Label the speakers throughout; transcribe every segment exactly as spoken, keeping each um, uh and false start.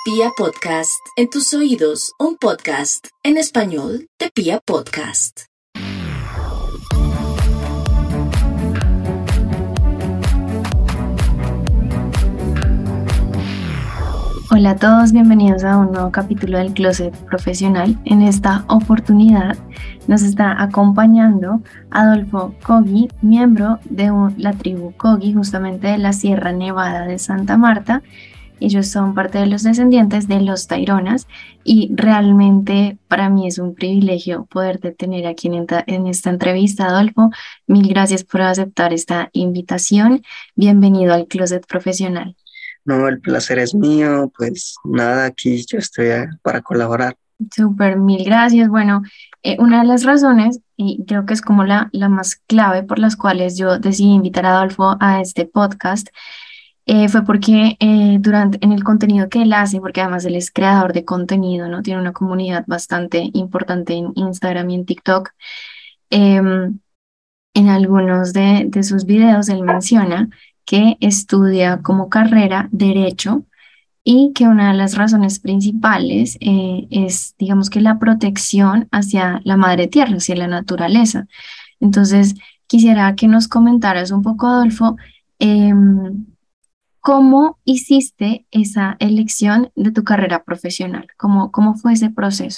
Speaker 1: Pia Podcast, en tus oídos, un podcast en español de Pia Podcast.
Speaker 2: Hola a todos, bienvenidos a un nuevo capítulo del Closet Profesional. En esta oportunidad nos está acompañando Adolfo Cogui, miembro de la tribu Cogui, justamente de la Sierra Nevada de Santa Marta. Ellos son parte de los descendientes de los Taironas y realmente para mí es un privilegio poderte tener aquí en esta, en esta entrevista, Adolfo. Mil gracias por aceptar esta invitación. Bienvenido al Closet Profesional.
Speaker 3: No, el placer es mío, pues nada, aquí yo estoy para colaborar.
Speaker 2: Súper, mil gracias. Bueno, eh, una de las razones, y creo que es como la, la más clave por las cuales yo decidí invitar a Adolfo a este podcast, eh, fue porque eh, durante en el contenido que él hace, porque además él es creador de contenido, ¿no? Tiene una comunidad bastante importante en Instagram y en TikTok. em, en algunos de, de sus videos él menciona que estudia como carrera Derecho y que una de las razones principales eh, es, digamos que la protección hacia la madre tierra, hacia la naturaleza. Entonces, quisiera que nos comentaras un poco, Adolfo, em, cómo hiciste esa elección de tu carrera profesional, cómo, cómo fue ese proceso.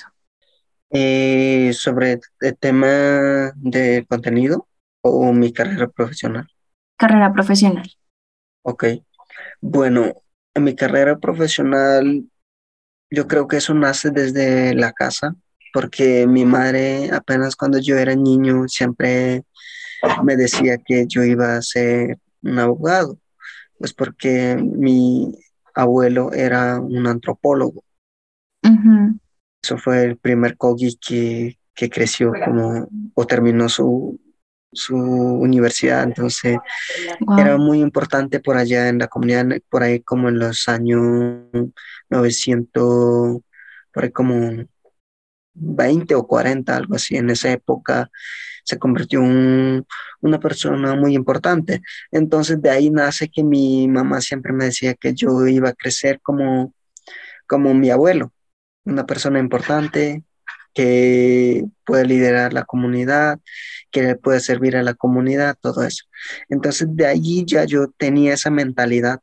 Speaker 3: Eh, sobre el tema de contenido o mi carrera profesional.
Speaker 2: Carrera profesional.
Speaker 3: Ok, bueno, en mi carrera profesional yo creo que eso nace desde la casa, porque mi madre apenas cuando yo era niño siempre me decía que yo iba a ser un abogado, pues porque mi abuelo era un antropólogo.
Speaker 2: Ujú.
Speaker 3: Eso fue el primer Kogi que, que creció como o terminó su, su universidad, entonces era
Speaker 2: Wow.
Speaker 3: muy importante por allá en la comunidad, por ahí como en los años novecientos, por ahí como veinte o cuarenta, algo así, en esa época se convirtió en una persona muy importante. Entonces de ahí nace que mi mamá siempre me decía que yo iba a crecer como, como mi abuelo, una persona importante que puede liderar la comunidad, que puede servir a la comunidad, todo eso. Entonces de allí ya yo tenía esa mentalidad,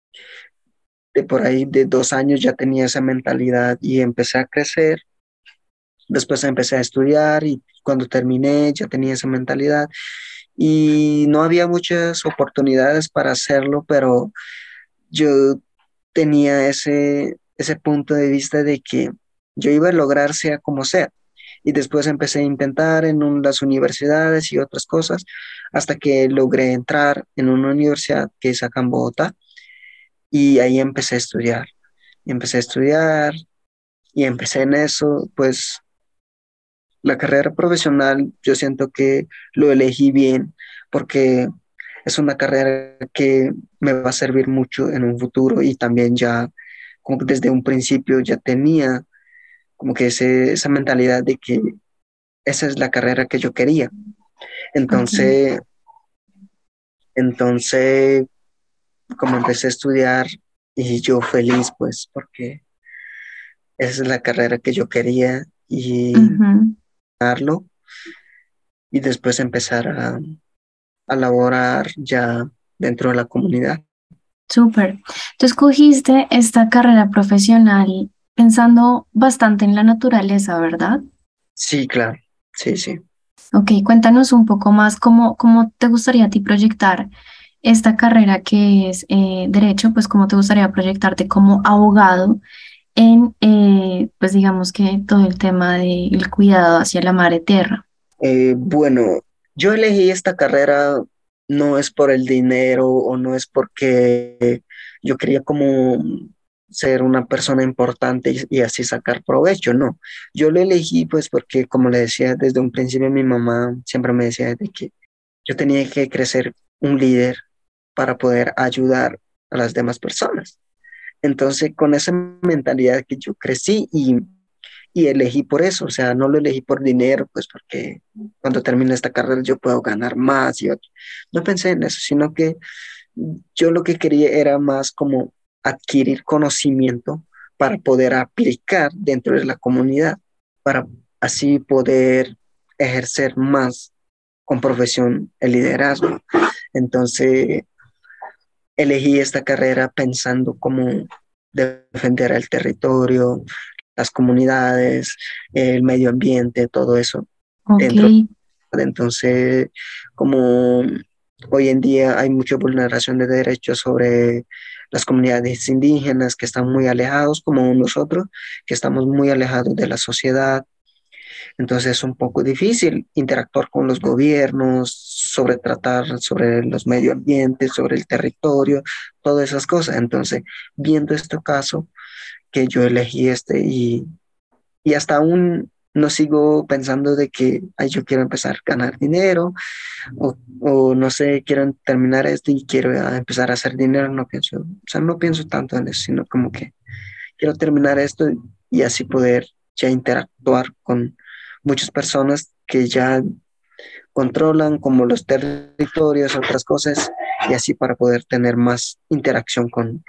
Speaker 3: de por ahí de dos años ya tenía esa mentalidad y empecé a crecer. Después empecé a estudiar y cuando terminé ya tenía esa mentalidad y no había muchas oportunidades para hacerlo, pero yo tenía ese, ese punto de vista de que yo iba a lograr sea como sea. Y después empecé a intentar en un- las universidades y otras cosas, hasta que logré entrar en una universidad que es acá en Bogotá, y ahí empecé a estudiar. Y empecé a estudiar y empecé en eso, pues la carrera profesional yo siento que lo elegí bien porque es una carrera que me va a servir mucho en un futuro y también ya como que desde un principio ya tenía como que ese, esa mentalidad de que esa es la carrera que yo quería.
Speaker 2: Ok.
Speaker 3: Entonces, entonces como empecé a estudiar y yo feliz pues porque esa es la carrera que yo quería y
Speaker 2: Ujú.
Speaker 3: darlo y después empezar a, a laborar ya dentro de la comunidad.
Speaker 2: Súper. Tú escogiste esta carrera profesional pensando bastante en la naturaleza, ¿verdad?
Speaker 3: Sí, claro, sí, sí.
Speaker 2: Ok, cuéntanos un poco más cómo, cómo te gustaría a ti proyectar esta carrera que es eh, derecho, pues cómo te gustaría proyectarte como abogado en, eh, pues digamos que todo el tema del cuidado hacia la madre tierra.
Speaker 3: Eh, bueno, yo elegí esta carrera no es por el dinero o no es porque yo quería como ser una persona importante y, y así sacar provecho, no. Yo lo elegí pues porque, como le decía desde un principio, mi mamá siempre me decía de que yo tenía que crecer un líder para poder ayudar a las demás personas. Entonces, con esa mentalidad que yo crecí y, y elegí por eso, o sea, no lo elegí por dinero, pues porque cuando termine esta carrera yo puedo ganar más y otro. No pensé en eso, sino que yo lo que quería era más como adquirir conocimiento para poder aplicar dentro de la comunidad, para así poder ejercer más con profesión el liderazgo. Entonces, elegí esta carrera pensando cómo defender el territorio, las comunidades, el medio ambiente, todo eso
Speaker 2: Ok,
Speaker 3: dentro. Entonces, como hoy en día hay mucha vulneración de derechos sobre las comunidades indígenas que están muy alejados, como nosotros, que estamos muy alejados de la sociedad. Entonces es un poco difícil interactuar con los gobiernos, sobre tratar sobre los medio ambientes, sobre el territorio, todas esas cosas. Entonces, viendo este caso, que yo elegí este y, y hasta aún no sigo pensando de que ay, yo quiero empezar a ganar dinero o, o no sé, quiero terminar esto y quiero ah, empezar a hacer dinero, no pienso, o sea, no pienso tanto en eso, sino como que quiero terminar esto y así poder ya interactuar con muchas personas que ya controlan como los territorios, otras cosas, y así para poder tener más interacción con,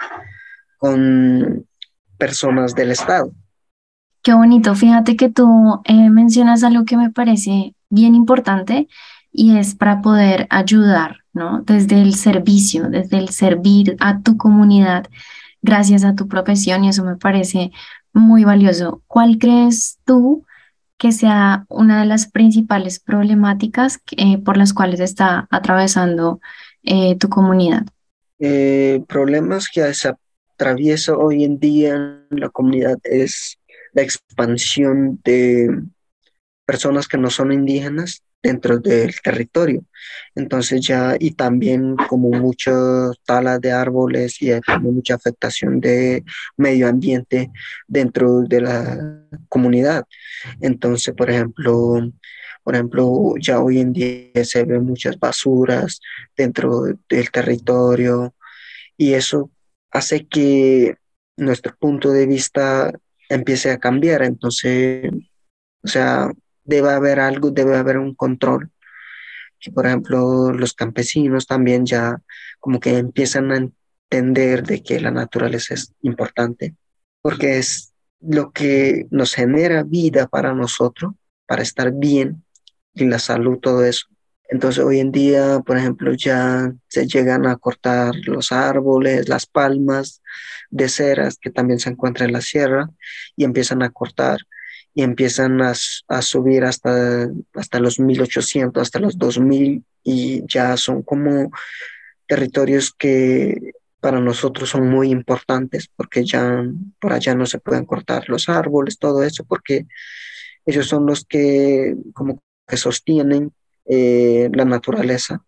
Speaker 3: con personas del Estado.
Speaker 2: qué bonito. Fíjate que tú eh, mencionas algo que me parece bien importante y es para poder ayudar, ¿no? Desde el servicio, desde el servir a tu comunidad gracias a tu profesión y eso me parece muy valioso. ¿Cuál crees tú que sea una de las principales problemáticas eh, por las cuales está atravesando eh, tu comunidad?
Speaker 3: Eh, problemas que se atraviesa hoy en día en la comunidad es la expansión de personas que no son indígenas dentro del territorio. Entonces ya, y también como mucha tala de árboles y hay como mucha afectación de medio ambiente dentro de la comunidad. Entonces, por ejemplo, por ejemplo, ya hoy en día se ven muchas basuras dentro del territorio y eso hace que nuestro punto de vista empiece a cambiar. Entonces, o sea, debe haber algo, debe haber un control. Que, por ejemplo, los campesinos también ya como que empiezan a entender de que la naturaleza es importante, porque es lo que nos genera vida para nosotros, para estar bien y la salud, todo eso. Entonces, hoy en día, por ejemplo, ya se llegan a cortar los árboles, las palmas de ceras que también se encuentran en la sierra y empiezan a cortar y empiezan a, s- a subir hasta, hasta los mil ochocientos hasta los dos mil y ya son como territorios que para nosotros son muy importantes porque ya por allá no se pueden cortar los árboles, todo eso, porque ellos son los que como que sostienen eh, la naturaleza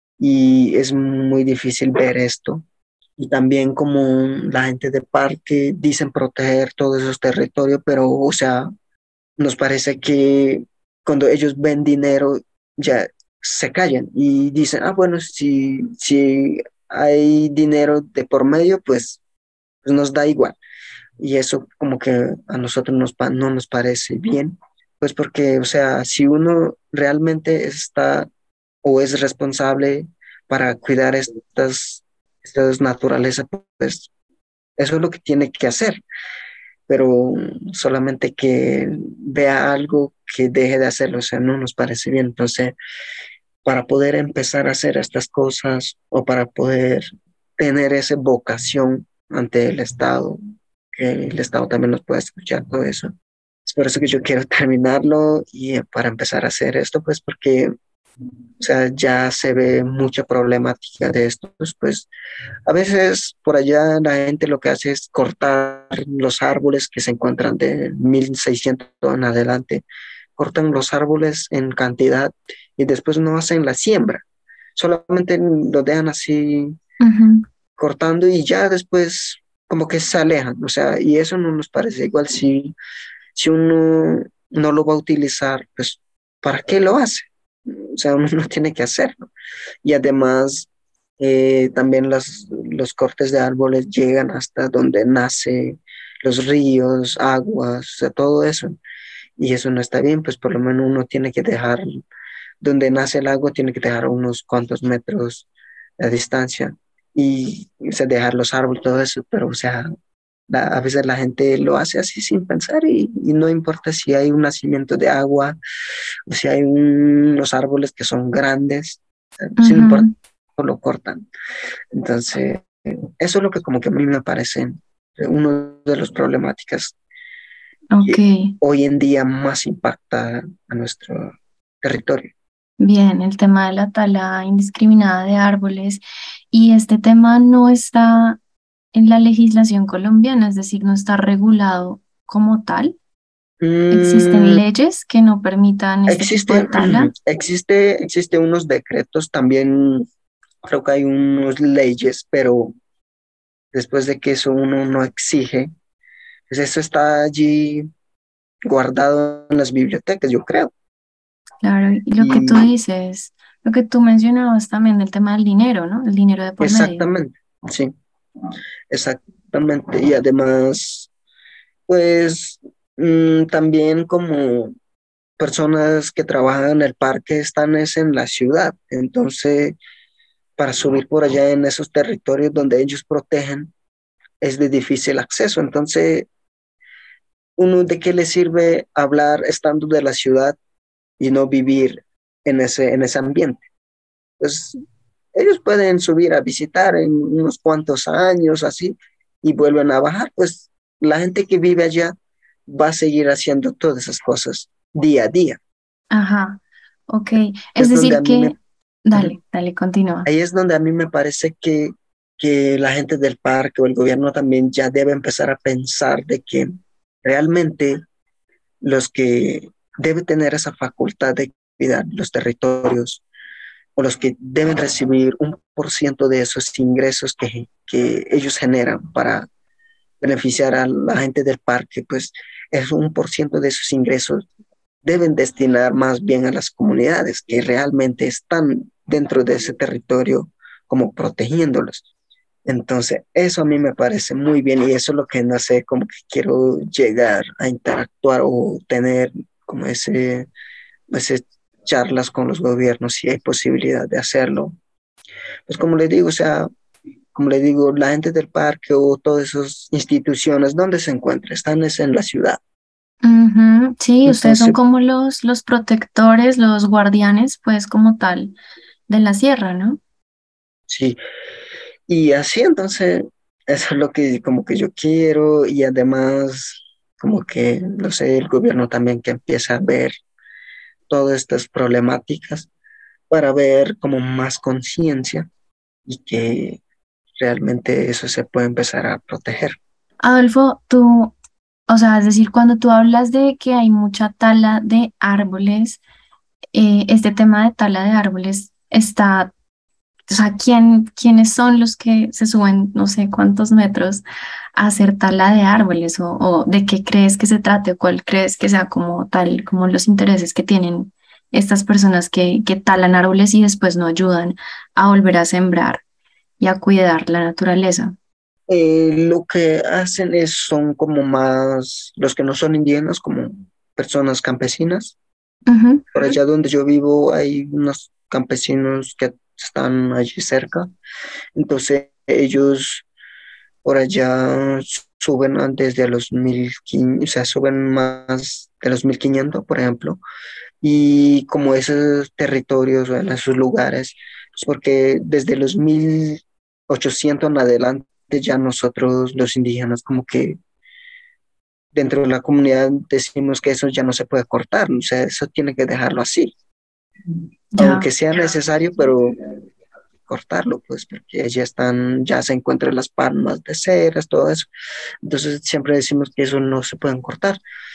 Speaker 3: y es muy difícil ver esto. Y también como la gente de parque dicen proteger todos esos territorios, pero o sea, nos parece que cuando ellos ven dinero ya se callan y dicen, ah, bueno, si, si hay dinero de por medio, pues, pues nos da igual. Y eso como que a nosotros nos, pa- no nos parece bien, pues porque, o sea, si uno realmente está o es responsable para cuidar estas, estas naturalezas, pues eso es lo que tiene que hacer, pero solamente que vea algo que deje de hacerlo, o sea, no nos parece bien. Entonces, para poder empezar a hacer estas cosas o para poder tener esa vocación ante el Estado, que el Estado también nos pueda escuchar todo eso. Es por eso que yo quiero terminarlo y eh, para empezar a hacer esto, pues porque, o sea, ya se ve mucha problemática de esto, pues, pues a veces por allá la gente lo que hace es cortar los árboles que se encuentran de mil seiscientos en adelante, cortan los árboles en cantidad y después no hacen la siembra, solamente lo dejan así
Speaker 2: Ujú.
Speaker 3: cortando y ya después como que se alejan, o sea, y eso no nos parece igual si, si uno no lo va a utilizar, pues ¿para qué lo hace? O sea, uno no tiene que hacerlo. Y además, eh, también las, los cortes de árboles llegan hasta donde nace los ríos, aguas, o sea, todo eso. Y eso no está bien, pues por lo menos uno tiene que dejar, donde nace el agua, tiene que dejar unos cuantos metros de distancia y, o sea, dejar los árboles, todo eso, pero o sea, La- a veces la gente lo hace así sin pensar y, y no importa si hay un nacimiento de agua o si hay un- unos árboles que son grandes, eh, si no importa,
Speaker 2: Ujú.
Speaker 3: lo cortan. Entonces, eh, eso es lo que como que a mí me parece eh, uno de los problemáticas
Speaker 2: Ok,
Speaker 3: que hoy en día más impacta a nuestro territorio.
Speaker 2: bien, el tema de la tala indiscriminada de árboles y este tema no está en la legislación colombiana, es decir, no está regulado como tal. ¿Existen
Speaker 3: Mm,
Speaker 2: leyes que no permitan este tipo de
Speaker 3: existe,
Speaker 2: tala?
Speaker 3: existe, existe unos decretos, también creo que hay unas leyes, pero después de que eso uno no exige, pues eso está allí guardado en las bibliotecas, yo creo.
Speaker 2: Claro, y lo que tú
Speaker 3: Y
Speaker 2: dices, lo que tú mencionabas también del tema del dinero, ¿no? El dinero de por medio.
Speaker 3: exactamente, sí, exactamente. Y además, pues mm, también como personas que trabajan en el parque están es en la ciudad, entonces para subir por allá en esos territorios donde ellos protegen es de difícil acceso. Entonces, uno de qué le sirve hablar estando de la ciudad y no vivir en ese, en ese ambiente. Pues ellos pueden subir a visitar en unos cuantos años así y vuelven a bajar, pues la gente que vive allá va a seguir haciendo todas esas cosas día a día.
Speaker 2: Ajá, ok. Es
Speaker 3: Es donde
Speaker 2: decir
Speaker 3: a mí me,
Speaker 2: que, dale, dale, continúa.
Speaker 3: ahí es donde a mí me parece que, que la gente del parque o el gobierno también ya debe empezar a pensar de que realmente los que deben tener esa facultad de cuidar los territorios o los que deben recibir un por ciento de esos ingresos que, que ellos generan para beneficiar a la gente del parque, pues es un por ciento de esos ingresos deben destinar más bien a las comunidades que realmente están dentro de ese territorio como protegiéndolos. Entonces, eso a mí me parece muy bien y eso es lo que no sé, como que quiero llegar a interactuar o tener como ese, ese charlas con los gobiernos si hay posibilidad de hacerlo. Pues como le digo, o sea, como le digo, la gente del parque o todas esas instituciones, ¿dónde se encuentran? Están es en la ciudad.
Speaker 2: Ujú, sí, ustedes son
Speaker 3: Entonces,
Speaker 2: como los, los protectores, los guardianes, pues como tal, de la sierra, ¿no?
Speaker 3: sí, y así entonces, eso es lo que como que yo quiero y además como que, no sé, el gobierno también que empieza a ver todas estas problemáticas para ver como más conciencia y que realmente eso se puede empezar a proteger.
Speaker 2: Adolfo, tú, o sea, es decir, cuando tú hablas de que hay mucha tala de árboles, eh, este tema de tala de árboles está, o sea, ¿quién, quiénes son los que se suben no sé cuántos metros a hacer tala de árboles o, o de qué crees que se trate o cuál crees que sea como tal, como los intereses que tienen estas personas que, que talan árboles y después no ayudan a volver a sembrar y a cuidar la naturaleza?
Speaker 3: Eh, lo que hacen es, son como más, los que no son indígenas, como personas campesinas.
Speaker 2: Ujú.
Speaker 3: Por allá donde yo vivo hay unos campesinos que están allí cerca. Entonces ellos por allá suben a- desde los mil quinientos, o sea, suben más de los mil quinientos por ejemplo. Y como esos territorios o en esos lugares, pues porque desde los mil ochocientos en adelante ya nosotros los indígenas como que dentro de la comunidad decimos que eso ya no se puede cortar, o sea, eso tiene que dejarlo así,
Speaker 2: Ya.
Speaker 3: aunque sea necesario, pero cortarlo, pues porque ya están, ya se encuentran las palmas de ceras, todo eso. Entonces siempre decimos que eso no se pueden cortar.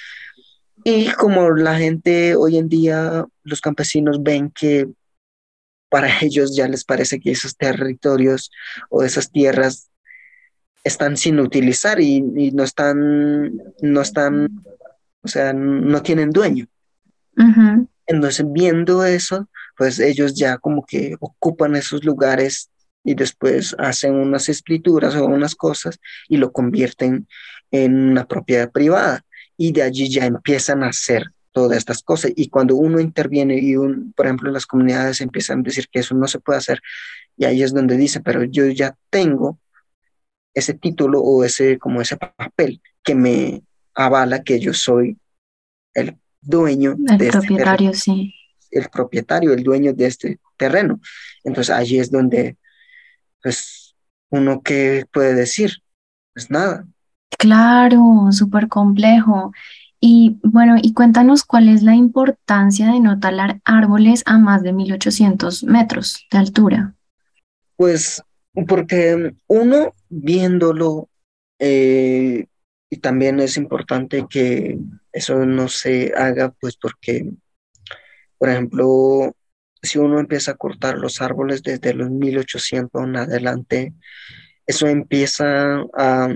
Speaker 3: Y como la gente hoy en día, los campesinos ven que para ellos ya les parece que esos territorios o esas tierras están sin utilizar y, y no están, no están, o sea, no tienen dueño.
Speaker 2: Ujú.
Speaker 3: Entonces, viendo eso, pues ellos ya como que ocupan esos lugares y después hacen unas escrituras o unas cosas y lo convierten en una propiedad privada. Y de allí ya empiezan a hacer todas estas cosas. Y cuando uno interviene y, un, por ejemplo, las comunidades empiezan a decir que eso no se puede hacer, y ahí es donde dicen, pero yo ya tengo ese título o ese, como ese papel que me avala que yo soy el dueño
Speaker 2: El
Speaker 3: de este terreno,
Speaker 2: propietario, sí.
Speaker 3: el propietario, el dueño de este terreno. Entonces allí es donde, pues, uno qué puede decir, pues nada.
Speaker 2: Claro, súper complejo. Y bueno, y cuéntanos cuál es la importancia de no talar árboles a más de mil ochocientos metros de altura.
Speaker 3: Pues porque uno viéndolo, eh, y también es importante que eso no se haga, pues porque, por ejemplo, si uno empieza a cortar los árboles desde los mil ochocientos en adelante, eso empieza a,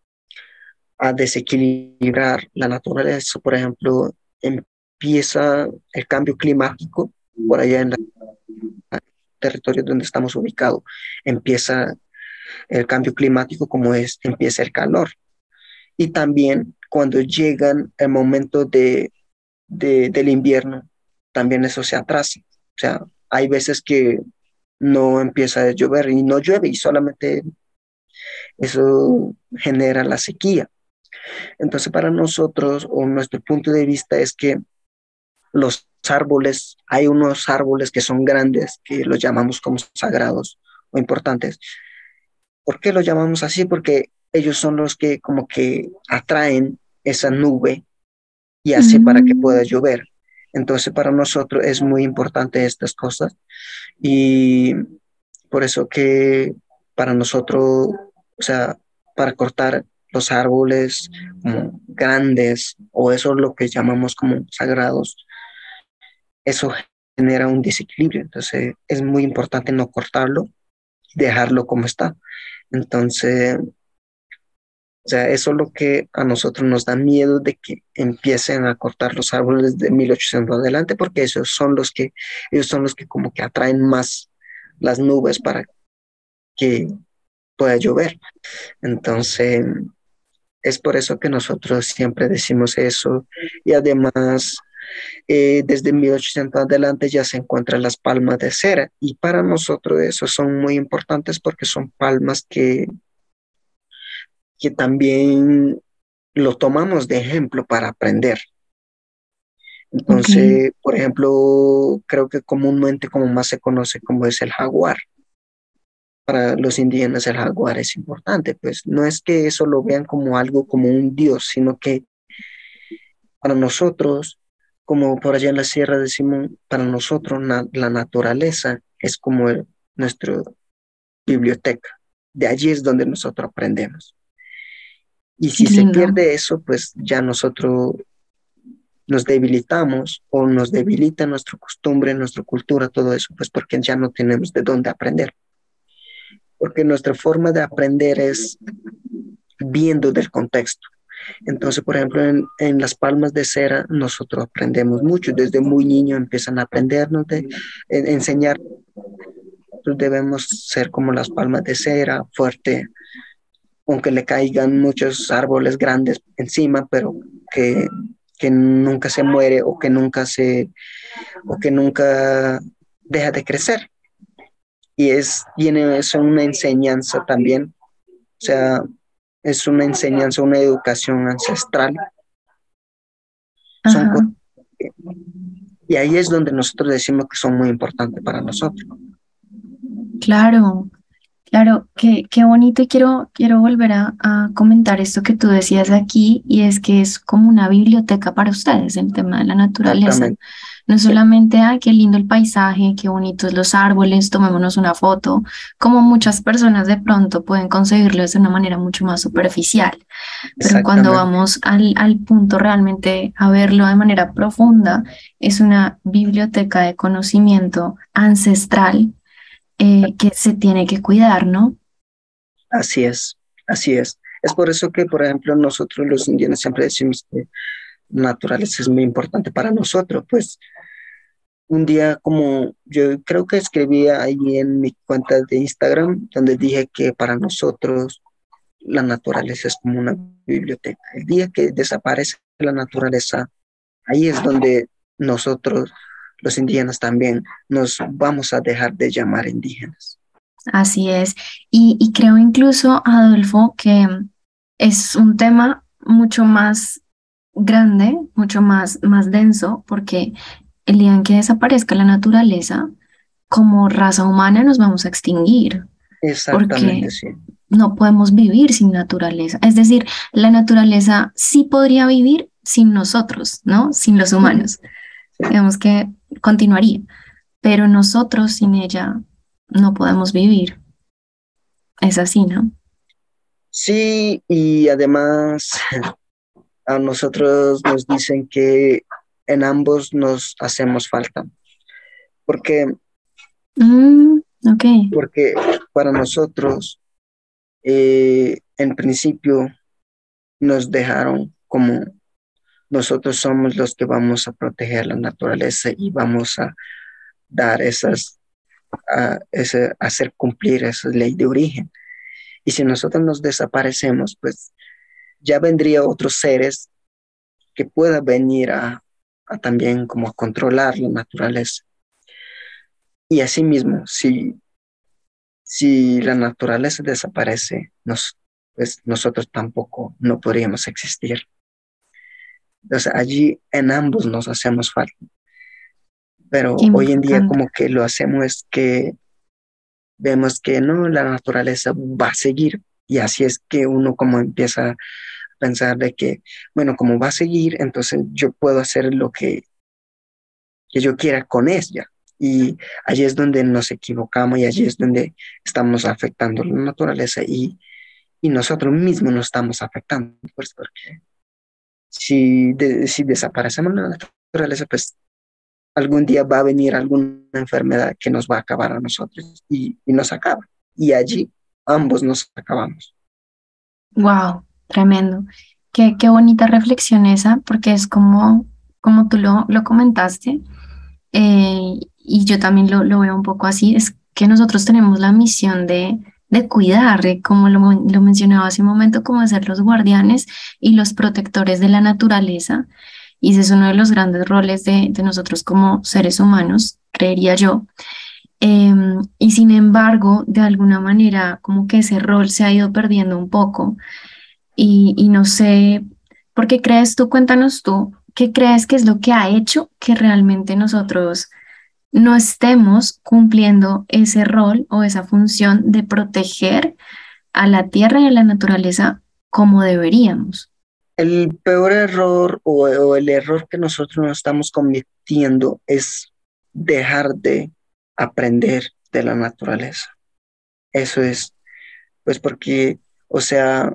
Speaker 3: a desequilibrar la naturaleza. Por ejemplo, empieza el cambio climático por allá en el territorio donde estamos ubicados. Empieza el cambio climático como es, empieza el calor. Y también cuando llegan el momento de, de, del invierno, también eso se atrasa. O sea, hay veces que no empieza a llover y no llueve y solamente eso genera la sequía. Entonces, para nosotros, o nuestro punto de vista es que los árboles, hay unos árboles que son grandes, que los llamamos como sagrados o importantes. ¿Por qué los llamamos así? Porque ellos son los que como que atraen esa nube y hace para que pueda
Speaker 2: Mm,
Speaker 3: llover. Entonces, para nosotros es muy importante estas cosas y por eso que para nosotros, o sea, para cortar los árboles como grandes o eso es lo que llamamos como sagrados, eso genera un desequilibrio. Entonces, es muy importante no cortarlo y dejarlo como está. Entonces, o sea, eso es lo que a nosotros nos da miedo de que empiecen a cortar los árboles de mil ochocientos adelante, porque esos son los que, ellos son los que como que atraen más las nubes para que pueda llover. Entonces, es por eso que nosotros siempre decimos eso. Y además, eh, desde mil ochocientos adelante ya se encuentran las palmas de cera. Y para nosotros esos son muy importantes porque son palmas que, que también lo tomamos de ejemplo para aprender.
Speaker 2: ok,
Speaker 3: Entonces, por ejemplo, creo que comúnmente como más se conoce como es el jaguar. Para los indígenas el jaguar es importante, pues no es que eso lo vean como algo, como un dios, sino que para nosotros, como por allá en la sierra decimos, para nosotros na- la naturaleza es como el- nuestra biblioteca. De allí es donde nosotros aprendemos. Y
Speaker 2: qué
Speaker 3: si se
Speaker 2: lindo.
Speaker 3: pierde eso, pues ya nosotros nos debilitamos o nos debilita nuestra costumbre, nuestra cultura, todo eso, pues porque ya no tenemos de dónde aprender. Porque nuestra forma de aprender es viendo del contexto. Entonces, por ejemplo, en, en las palmas de cera nosotros aprendemos mucho. Desde muy niño empiezan a aprendernos, de, en, enseñar. Debemos ser como las palmas de cera, fuerte, aunque le caigan muchos árboles grandes encima, pero que, que nunca se muere o que nunca se, o que nunca deja de crecer. Y es, tiene eso una enseñanza también, o sea, es una enseñanza, una educación ancestral. Son
Speaker 2: Ajá.
Speaker 3: cosas que, y ahí es donde nosotros decimos que son muy importantes para nosotros.
Speaker 2: Claro, claro, qué, qué bonito y quiero, quiero volver a, a comentar esto que tú decías aquí y es que es como una biblioteca para ustedes el tema de la naturaleza.
Speaker 3: Exactamente,
Speaker 2: No
Speaker 3: sí,
Speaker 2: solamente, ah, qué lindo el paisaje, qué bonitos los árboles, tomémonos una foto, como muchas personas de pronto pueden concebirlo de una manera mucho más superficial, pero cuando
Speaker 3: exactamente.
Speaker 2: vamos al, al punto realmente a verlo de manera profunda, es una biblioteca de conocimiento ancestral eh, que se tiene que cuidar, ¿no?
Speaker 3: Así es, así es. Es por eso que, por ejemplo, nosotros los indígenas siempre decimos que la naturaleza es muy importante para nosotros. Pues un día como yo creo que escribí ahí en mi cuenta de Instagram, donde dije que para nosotros la naturaleza es como una biblioteca. El día que desaparece la naturaleza, ahí es donde nosotros, los indígenas también, nos vamos a dejar de llamar indígenas.
Speaker 2: Así es. Y, y creo incluso, Adolfo, que es un tema mucho más grande, mucho más, más denso, porque el día en que desaparezca la naturaleza, como raza humana nos vamos a extinguir,
Speaker 3: Exactamente,
Speaker 2: porque
Speaker 3: sí.
Speaker 2: no podemos vivir sin naturaleza. Es decir, la naturaleza sí podría vivir sin nosotros, ¿no? Sin los
Speaker 3: Ujú,
Speaker 2: humanos.
Speaker 3: sí.
Speaker 2: Digamos que continuaría, pero nosotros sin ella no podemos vivir. Es así, ¿no?
Speaker 3: Sí, y además a nosotros nos dicen que en ambos nos hacemos falta, porque,
Speaker 2: Mm, ok.
Speaker 3: porque para nosotros, eh, en principio, nos dejaron como nosotros somos los que vamos a proteger la naturaleza y vamos a dar esas, a, ese, hacer cumplir esa ley de origen. Y si nosotros nos desaparecemos, pues ya vendría otros seres que puedan venir a, a también como a controlar la naturaleza. Y asimismo, si, si la naturaleza desaparece, nos, pues nosotros tampoco no podríamos existir. Entonces allí en ambos nos hacemos falta.
Speaker 2: Qué
Speaker 3: Pero hoy en día
Speaker 2: importante.
Speaker 3: como que lo hacemos es que vemos que no, la naturaleza va a seguir. Y así es que uno como empieza a pensar de que, bueno, como va a seguir, entonces yo puedo hacer lo que, que yo quiera con ella. Y allí es donde nos equivocamos y allí es donde estamos afectando la naturaleza y, y nosotros mismos nos estamos afectando. Pues porque si, de- si desaparecemos la naturaleza, pues algún día va a venir alguna enfermedad que nos va a acabar a nosotros y, y nos acaba. Y allí ambos nos acabamos.
Speaker 2: Wow, tremendo. Qué, qué bonita reflexión esa, porque es como, como tú lo, lo comentaste, eh, y yo también lo, lo veo un poco así, es que nosotros tenemos la misión de, de cuidar, eh, como lo, men- lo mencionaba hace un momento, como de ser los guardianes y los protectores de la naturaleza. Y ese es uno de los grandes roles de, de nosotros como seres humanos, creería yo. Em, y sin embargo, de alguna manera, como que ese rol se ha ido perdiendo un poco. Y, y no sé, ¿por qué crees tú? Cuéntanos tú, ¿qué crees que es lo que ha hecho que realmente nosotros no estemos cumpliendo ese rol o esa función de proteger a la tierra y a la naturaleza como deberíamos?
Speaker 3: El peor error o, o el error que nosotros nos estamos cometiendo es dejar de aprender de la naturaleza. Eso es, pues porque, o sea,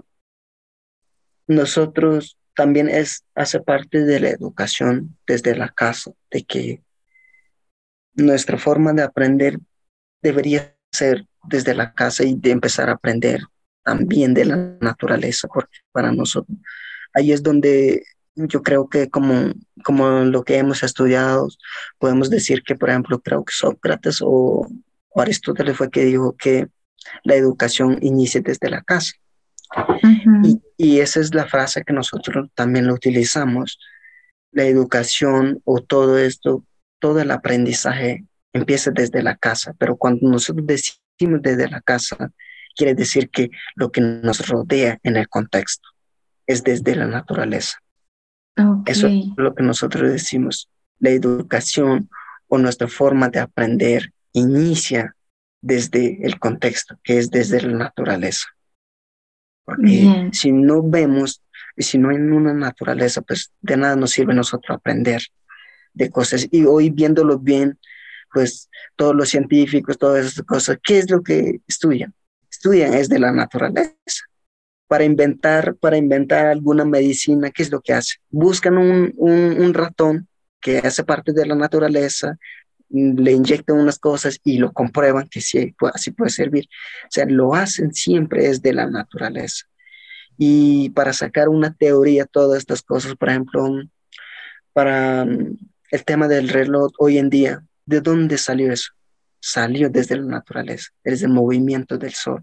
Speaker 3: nosotros también es, hace parte de la educación desde la casa, de que nuestra forma de aprender debería ser desde la casa y de empezar a aprender también de la naturaleza, porque para nosotros ahí es donde yo creo que como, como lo que hemos estudiado, podemos decir que, por ejemplo, creo que Sócrates o, o Aristóteles fue que dijo que la educación inicia desde la casa.
Speaker 2: Ujú.
Speaker 3: Y, y esa es la frase que nosotros también lo utilizamos. La educación o todo esto, todo el aprendizaje empieza desde la casa, pero cuando nosotros decimos desde la casa, quiere decir que lo que nos rodea en el contexto es desde la naturaleza.
Speaker 2: Ok,
Speaker 3: Eso es lo que nosotros decimos. La educación o nuestra forma de aprender inicia desde el contexto, que es desde la naturaleza. Porque
Speaker 2: bien.
Speaker 3: si no vemos, y si no hay una naturaleza, pues de nada nos sirve nosotros aprender de cosas. Y hoy viéndolo bien, pues todos los científicos, todas esas cosas, ¿qué es lo que estudian? Estudian es de la naturaleza. Para inventar, para inventar alguna medicina, ¿qué es lo que hace? Buscan un, un, un ratón que hace parte de la naturaleza, mm, le inyectan unas cosas y lo comprueban que sí, pues, así puede servir. O sea, lo hacen siempre es de la naturaleza. Y para sacar una teoría, todas estas cosas, por ejemplo, para mm, el tema del reloj hoy en día, ¿de dónde salió eso? Salió desde la naturaleza, desde el movimiento del sol,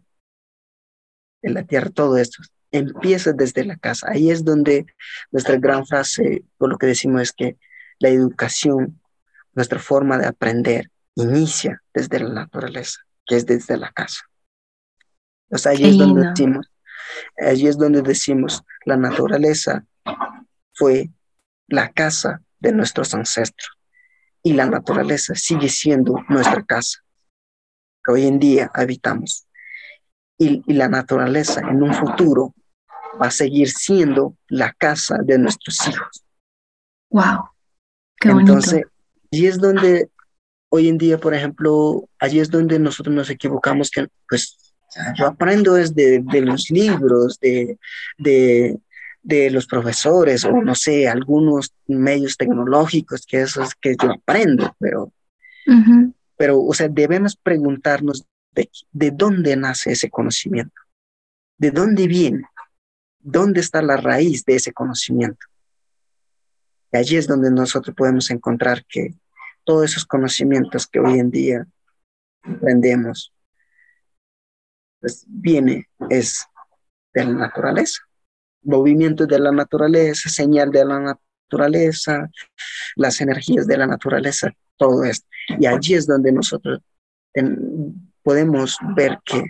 Speaker 3: de la tierra, todo esto. Empieza desde la casa. Ahí es donde nuestra gran frase, o lo que decimos es que la educación, nuestra forma de aprender, inicia desde la naturaleza. que es desde la casa. O sea, allí
Speaker 2: Qué
Speaker 3: es donde
Speaker 2: lindo.
Speaker 3: decimos, allí es donde decimos, la naturaleza fue la casa de nuestros ancestros y la naturaleza sigue siendo nuestra casa que hoy en día habitamos. Y, y la naturaleza en un futuro va a seguir siendo la casa de nuestros hijos.
Speaker 2: Wow, qué bonito.
Speaker 3: Entonces, allí es donde hoy en día, por ejemplo, allí es donde nosotros nos equivocamos, que pues yo aprendo es de, de los libros, de, de, de los profesores, o no sé, algunos medios tecnológicos, que eso es que yo aprendo, pero,
Speaker 2: Ujú.
Speaker 3: pero o sea, debemos preguntarnos de, de dónde nace ese conocimiento, de dónde viene, dónde está la raíz de ese conocimiento. Y allí es donde nosotros podemos encontrar que todos esos conocimientos que hoy en día aprendemos, pues viene, es de la naturaleza, movimientos de la naturaleza, señal de la naturaleza, las energías de la naturaleza, todo esto. Y allí es donde nosotros ten, podemos ver que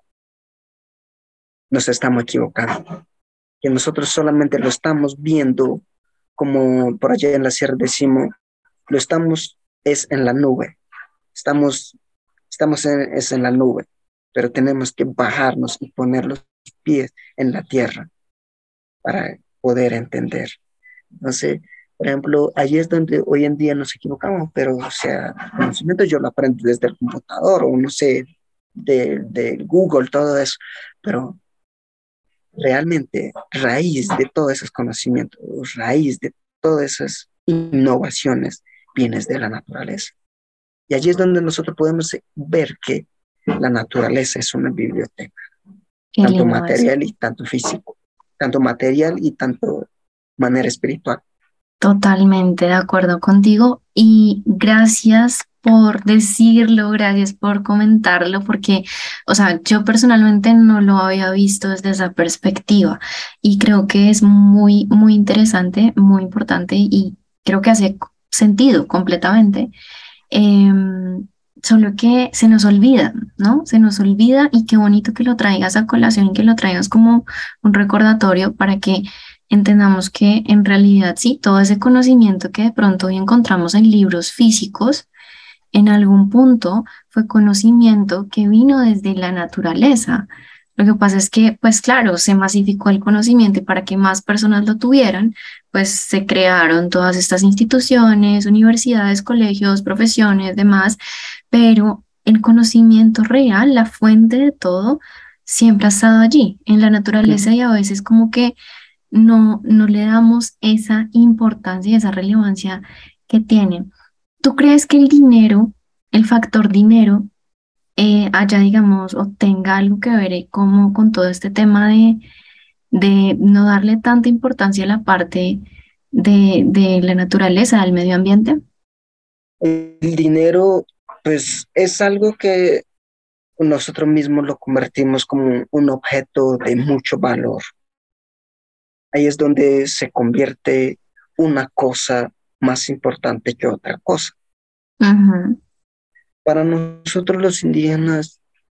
Speaker 3: nos estamos equivocando, que nosotros solamente lo estamos viendo como por allá en la sierra decimos, lo estamos, es en la nube, estamos, estamos en, es en la nube, pero tenemos que bajarnos y poner los pies en la tierra para poder entender. Entonces, por ejemplo, allí es donde hoy en día nos equivocamos, pero, o sea, el conocimiento yo lo aprendo desde el computador o no sé, de, de Google, todo eso, pero realmente raíz de todos esos conocimientos, raíz de todas esas innovaciones, vienes de la naturaleza. Y allí es donde nosotros podemos ver que la naturaleza es una biblioteca,
Speaker 2: Qué
Speaker 3: tanto
Speaker 2: lindo eso.
Speaker 3: material y tanto físico, tanto material y tanto manera espiritual.
Speaker 2: Totalmente de acuerdo contigo y gracias por decirlo, gracias por comentarlo, porque, o sea, yo personalmente no lo había visto desde esa perspectiva y creo que es muy, muy interesante, muy importante y creo que hace sentido completamente. Em, Solo que se nos olvida, ¿no? Se nos olvida y qué bonito que lo traigas a colación y que lo traigas como un recordatorio para que entendamos que en realidad sí, todo ese conocimiento que de pronto hoy encontramos en libros físicos, en algún punto fue conocimiento que vino desde la naturaleza. Lo que pasa es que, pues claro, se masificó el conocimiento y para que más personas lo tuvieran, pues se crearon todas estas instituciones, universidades, colegios, profesiones, demás, pero el conocimiento real, la fuente de todo, siempre ha estado allí, en la naturaleza y a veces como que no, no le damos esa importancia y esa relevancia que tiene. ¿Tú crees que el dinero, el factor dinero, eh, haya, digamos, o tenga algo que ver eh, como con todo este tema de, de no darle tanta importancia a la parte de, de la naturaleza, del medio ambiente?
Speaker 3: El dinero, pues, es algo que nosotros mismos lo convertimos como un objeto de mucho valor. Ahí es donde se convierte una cosa más importante que otra cosa.
Speaker 2: Ujú.
Speaker 3: Para nosotros los indígenas,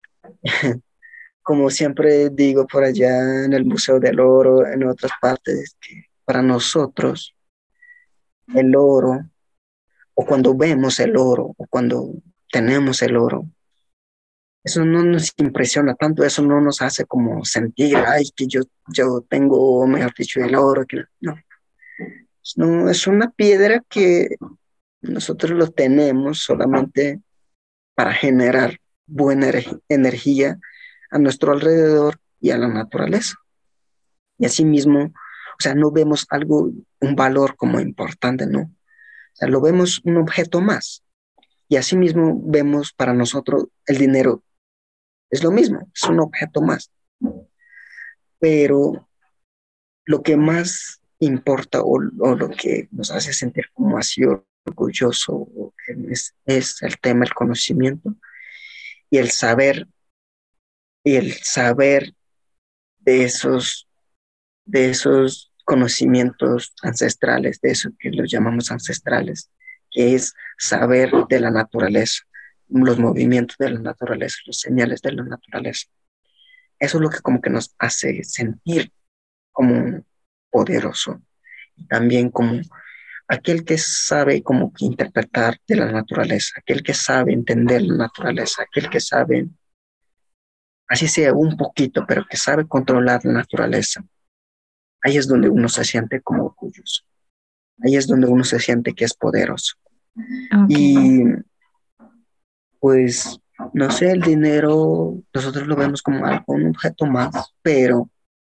Speaker 3: como siempre digo por allá en el Museo del Oro, en otras partes, que para nosotros el oro, o cuando vemos el oro, o cuando tenemos el oro, eso no nos impresiona tanto, eso no nos hace como sentir, ay, que yo, yo tengo, mejor dicho, el oro, que no. No, es una piedra que nosotros lo tenemos solamente para generar buena energía a nuestro alrededor y a la naturaleza. Y asimismo, o sea, no vemos algo, un valor como importante, ¿no? O sea, lo vemos un objeto más. Y asimismo vemos para nosotros el dinero es lo mismo, es un objeto más. Pero lo que más importa o, o lo que nos hace sentir como así orgulloso es, es el tema del conocimiento y el saber y el saber de esos de esos conocimientos ancestrales, de eso que los llamamos ancestrales, que es saber de la naturaleza, los movimientos de la naturaleza, las señales de la naturaleza. Eso es lo que como que nos hace sentir como poderoso, y también como aquel que sabe como que interpretar de la naturaleza, aquel que sabe entender la naturaleza, aquel que sabe, así sea un poquito, pero que sabe controlar la naturaleza. Ahí es donde uno se siente como orgulloso. Ahí es donde uno se siente que es poderoso.
Speaker 2: Ok.
Speaker 3: Y pues, no sé, el dinero, nosotros lo vemos como algo, un objeto más, pero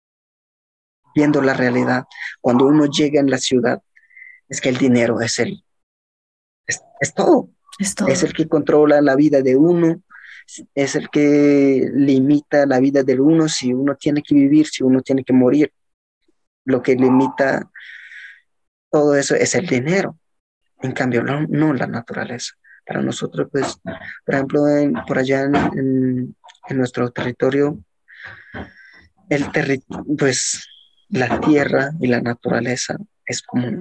Speaker 3: viendo la realidad, cuando uno llega en la ciudad, es que el dinero es el, es, es todo.
Speaker 2: Es
Speaker 3: Es
Speaker 2: todo.
Speaker 3: el que controla la vida de uno, es el que limita la vida del uno, si uno tiene que vivir, si uno tiene que morir. Lo que limita todo eso es el dinero. En cambio, no, no la naturaleza. Para nosotros, pues, por ejemplo, en- por allá en, en- en nuestro territorio, el terri- pues, la tierra y la naturaleza es como,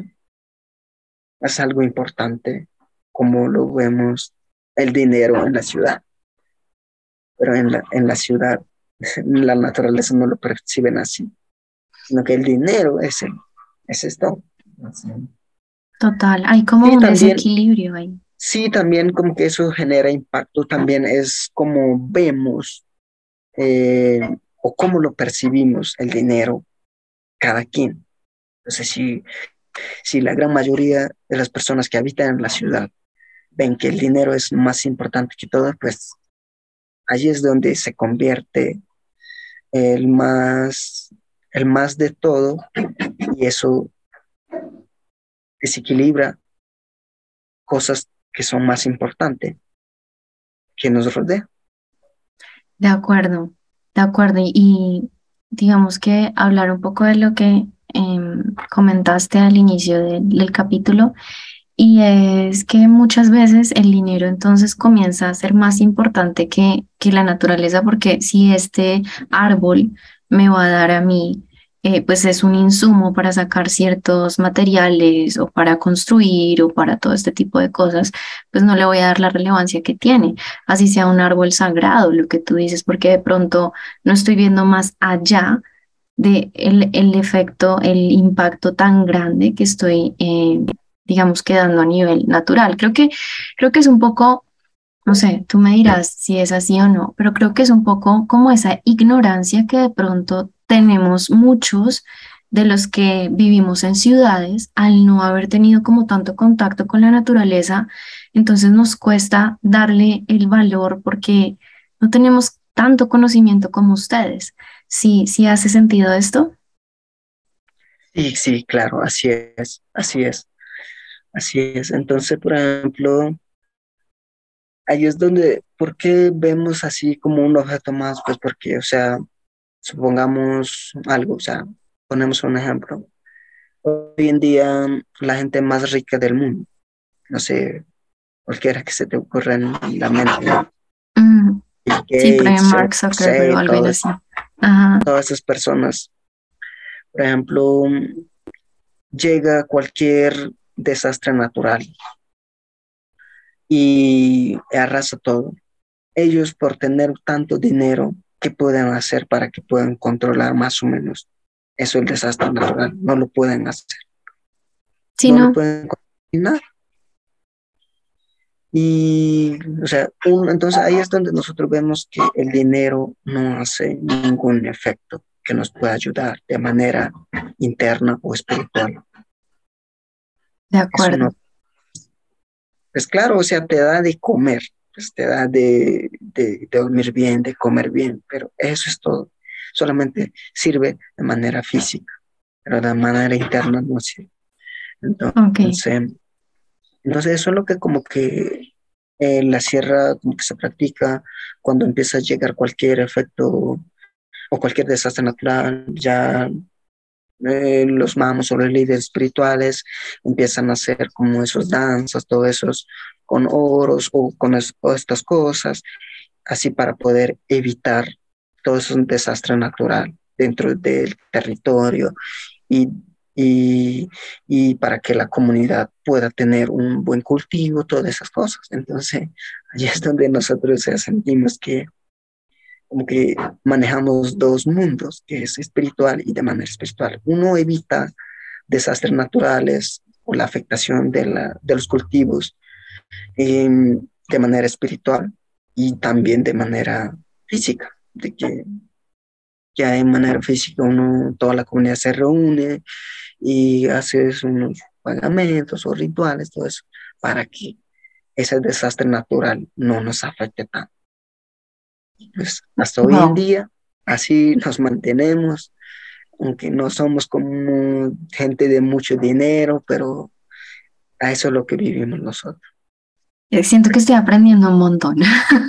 Speaker 3: es algo importante, como lo vemos el dinero en la ciudad, pero en la, en la ciudad la naturaleza no lo perciben así, sino que el dinero es, el, es esto. Sí,
Speaker 2: Total. Hay como
Speaker 3: sí,
Speaker 2: un
Speaker 3: también,
Speaker 2: desequilibrio ahí.
Speaker 3: sí, también como que eso genera impacto, también es como vemos eh, o cómo lo percibimos el dinero cada quien. Entonces, si, si la gran mayoría de las personas que habitan en la ciudad ven que el dinero es más importante que todo, pues allí es donde se convierte el más, el más de todo, y eso desequilibra cosas que son más importantes que nos rodean.
Speaker 2: De acuerdo, de acuerdo. Y, y digamos que hablar un poco de lo que em, comentaste al inicio del del capítulo. Y es que muchas veces el dinero entonces comienza a ser más importante que, que la naturaleza, porque si este árbol me va a dar a mí, eh, pues es un insumo para sacar ciertos materiales o para construir o para todo este tipo de cosas, pues no le voy a dar la relevancia que tiene, así sea un árbol sagrado, lo que tú dices, porque de pronto no estoy viendo más allá de el, el efecto, el impacto tan grande que estoy, eh, digamos, quedando a nivel natural. Creo que, creo que es un poco, no sé, tú me dirás si es así o no, pero creo que es un poco como esa ignorancia que de pronto tenemos muchos de los que vivimos en ciudades al no haber tenido como tanto contacto con la naturaleza, entonces nos cuesta darle el valor porque no tenemos tanto conocimiento como ustedes. Sí, sí hace sentido esto.
Speaker 3: Sí, sí, claro, así es, así es, así es. Entonces, por ejemplo, ahí es donde, ¿por qué vemos así como un objeto más? Pues porque, o sea, supongamos algo, o sea, ponemos un ejemplo. Hoy en día, la gente más rica del mundo, no sé, cualquiera que se te ocurra en la mente,
Speaker 2: Mm,
Speaker 3: Bill
Speaker 2: sí, por ahí
Speaker 3: Gates, o no
Speaker 2: Mark Zuckerberg o
Speaker 3: sé,
Speaker 2: algo
Speaker 3: todas,
Speaker 2: así. Ajá.
Speaker 3: todas esas personas, por ejemplo, llega cualquier desastre natural y arrasa todo. Ellos por tener tanto dinero, ¿qué pueden hacer para que puedan controlar más o menos eso, el desastre natural? No lo pueden hacer,
Speaker 2: Sí,
Speaker 3: no lo
Speaker 2: no,
Speaker 3: pueden coordinar. Y, o sea, un- entonces ahí es donde nosotros vemos que el dinero no hace ningún efecto que nos pueda ayudar de manera interna o espiritual.
Speaker 2: de
Speaker 3: Eso
Speaker 2: acuerdo.
Speaker 3: no, pues claro, o sea, te da de comer, pues te da de, de, de dormir bien, de comer bien, pero eso es todo. Solamente sirve de manera física, pero de manera interna no sirve.
Speaker 2: Ok.
Speaker 3: Entonces, entonces eso es lo que como que eh, la sierra como que se practica cuando empieza a llegar cualquier efecto o cualquier desastre natural, ya eh, los mamos o los líderes espirituales empiezan a hacer como esos danzas, todo esos con oros o con es- o estas cosas, así para poder evitar todo eso un desastre natural dentro del territorio y y, y para que la comunidad pueda tener un buen cultivo, todas esas cosas. Entonces, allí es donde nosotros eh, sentimos que como que manejamos dos mundos, que es espiritual y de manera espiritual. Uno evita desastres naturales o la afectación de, la, de los cultivos eh, de manera espiritual y también de manera física, de que ya en manera física uno, toda la comunidad se reúne y hace unos pagamentos o rituales, todo eso, para que ese desastre natural no nos afecte tanto. Pues hasta hoy en
Speaker 2: Wow.
Speaker 3: día, así nos mantenemos, aunque no somos como gente de mucho dinero, pero a eso es lo que vivimos nosotros.
Speaker 2: Eh, Siento que estoy aprendiendo un montón.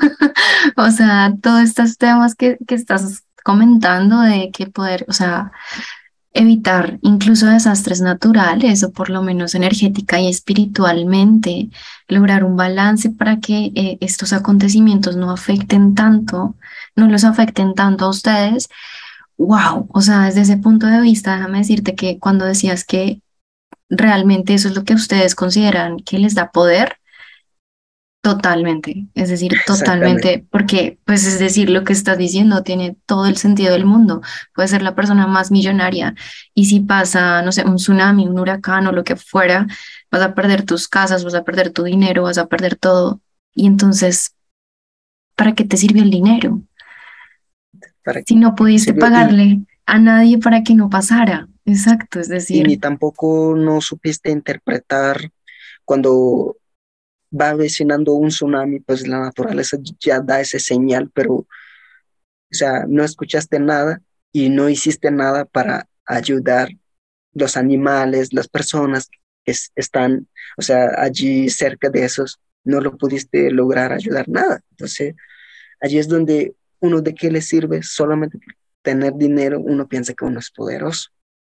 Speaker 2: O sea, todos estos temas que, que estás comentando de que poder, o sea, evitar incluso desastres naturales o por lo menos energética y espiritualmente, lograr un balance para que eh, estos acontecimientos no afecten tanto, no los afecten tanto a ustedes. Wow, o sea, desde ese punto de vista, déjame decirte que cuando decías que realmente eso es lo que ustedes consideran que les da poder. Totalmente, es decir,
Speaker 3: Exactamente,
Speaker 2: totalmente, porque pues es decir, lo que estás diciendo tiene todo el sentido del mundo. Puedes ser la persona más millonaria y si pasa, no sé, un tsunami, un huracán o lo que fuera, vas a perder tus casas, vas a perder tu dinero, vas a perder todo. Y entonces, ¿para qué te sirvió el dinero?
Speaker 3: para
Speaker 2: Si no
Speaker 3: que te
Speaker 2: pudiste
Speaker 3: sirvió y,
Speaker 2: pagarle a nadie para que no pasara. Exacto, es
Speaker 3: y ni
Speaker 2: decir,
Speaker 3: tampoco no supiste interpretar cuando va avecinando un tsunami, pues la naturaleza ya da ese señal, pero, o sea, no escuchaste nada y no hiciste nada para ayudar los animales, las personas que es- están, o sea, allí cerca de esos, no lo pudiste lograr ayudar nada. Entonces, allí es donde uno de qué le sirve solamente por tener dinero, uno piensa que uno es poderoso,